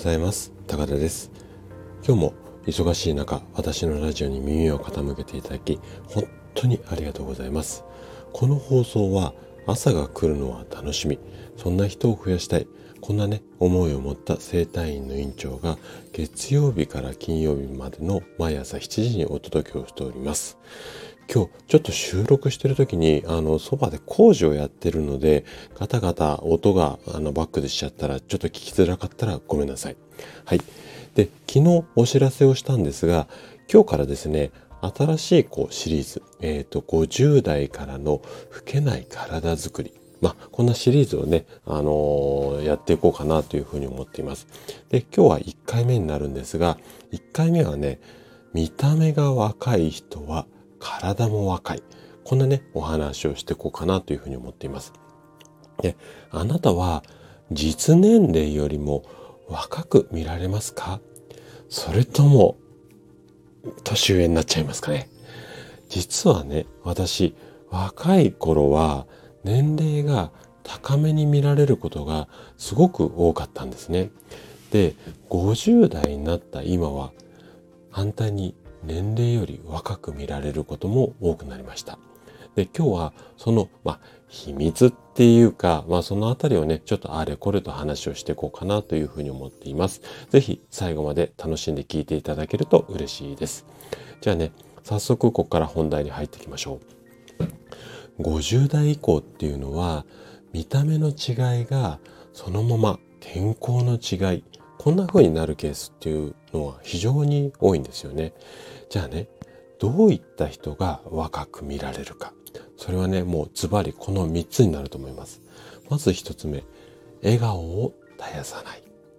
ざいます。高田です。今日も忙しい中、私のラジオに耳を傾けていただき、本当にありがとうございます。この放送は朝が来るのは楽しみ、そんな人を増やしたい、こんな思いを持った整体院の院長が月曜日から金曜日までの毎朝7時にお届けをしております。今日ちょっと収録してる時にそばで工事をやってるのでガタガタ音がバックでしちゃったらちょっと聞きづらかったらごめんなさい。はい。で、昨日お知らせをしたんですが、今日からですね、新しいシリーズ、50代からの老けない体づくり。こんなシリーズをね、やっていこうかなというふうに思っています。で、今日は1回目になるんですが、1回目はね、見た目が若い人は体も若い。こんなお話をしていこうかなというふうに思っています。で、あなたは実年齢よりも若く見られますか？それとも年上になっちゃいますかね？実はね、私、若い頃は年齢が高めに見られることがすごく多かったんですね。で、50代になった今は反対に年齢より若く見られることも多くなりました。で、今日はその、秘密っていうか、そのあたりをね、ちょっとあれこれと話をしていこうかなというふうに思っています。ぜひ最後まで楽しんで聞いていただけると嬉しいです。じゃあね、早速ここから本題に入っていきましょう。50代以降っていうのは、見た目の違いがそのまま健康の違い、こんな風になるケースっていうのは非常に多いんですよね。じゃあね、どういった人が若く見られるか。それはね、もうズバリこの3つになると思います。まず1つ目、笑顔を絶やさない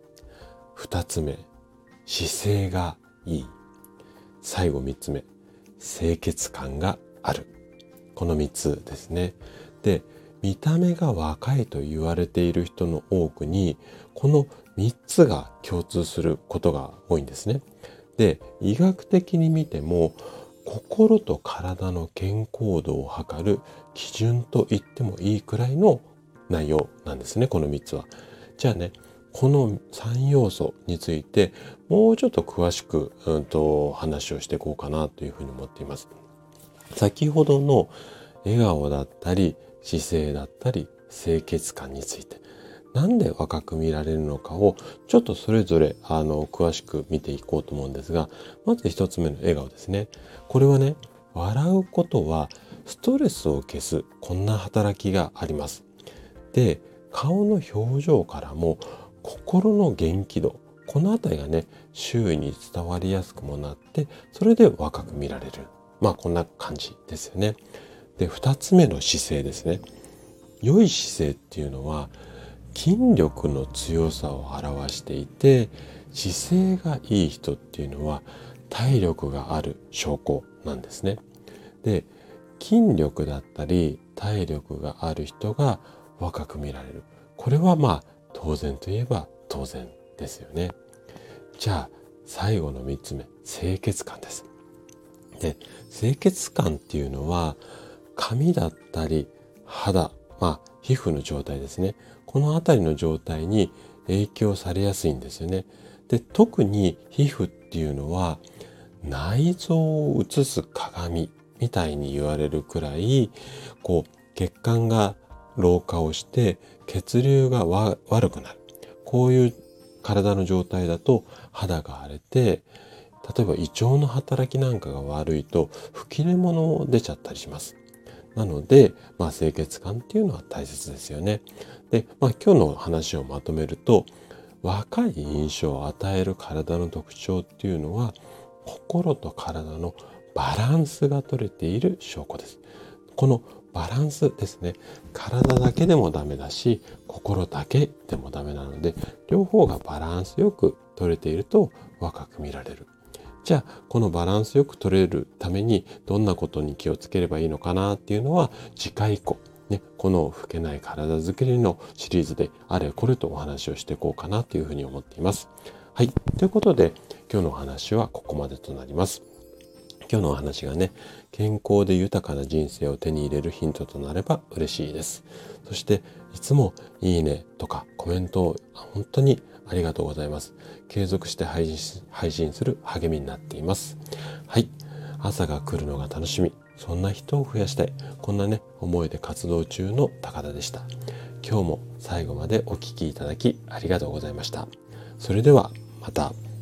。2つ目、姿勢がいい。最後3つ目、清潔感がある。この3つですね。で、見た目が若いと言われている人の多くに、この3つが共通することが多いんですね。で、医学的に見ても、心と体の健康度を測る基準と言ってもいいくらいの内容なんですね、この3つは。じゃあね、この3要素についてもうちょっと詳しく、話をしていこうかなというふうに思っています。先ほどの笑顔だったり姿勢だったり清潔感について、なんで若く見られるのかをちょっとそれぞれ詳しく見ていこうと思うんですが、まず一つ目の笑顔ですね。これはね、笑うことはストレスを消す、こんな働きがあります。で、顔の表情からも心の元気度、このあたりがね、周囲に伝わりやすくもなって、それで若く見られる。こんな感じですよね。で、二つ目の姿勢ですね。良い姿勢っていうのは筋力の強さを表していて、姿勢がいい人っていうのは体力がある証拠なんですね。で、筋力だったり体力がある人が若く見られる。これは当然といえば当然ですよね。じゃあ最後の3つ目、清潔感です。で、清潔感っていうのは髪だったり肌、皮膚の状態ですね。このあたりの状態に影響されやすいんですよね。で、特に皮膚っていうのは内臓を映す鏡みたいに言われるくらい、血管が老化をして血流が悪くなる。こういう体の状態だと肌が荒れて、例えば胃腸の働きなんかが悪いと吹き出物出ちゃったりします。なので、清潔感っていうのは大切ですよね。で、今日の話をまとめると、若い印象を与える体の特徴っていうのは、心と体のバランスが取れている証拠です。このバランスですね。体だけでもダメだし、心だけでもダメなので、両方がバランスよく取れていると若く見られる。じゃあ、このバランスよく取れるためにどんなことに気をつければいいのかなっていうのは、次回以降、この老けない体づくりのシリーズであれこれとお話をしていこうかなというふうに思っています。はい。ということで、今日のお話はここまでとなります。今日のお話がね、健康で豊かな人生を手に入れるヒントとなれば嬉しいです。そして、いつもいいねとかコメントを本当にありがとうございます。継続して配信する励みになっています。はい。朝が来るのが楽しみ。そんな人を増やしたい。こんなね、思いで活動中の高田でした。今日も最後までお聞きいただきありがとうございました。それではまた。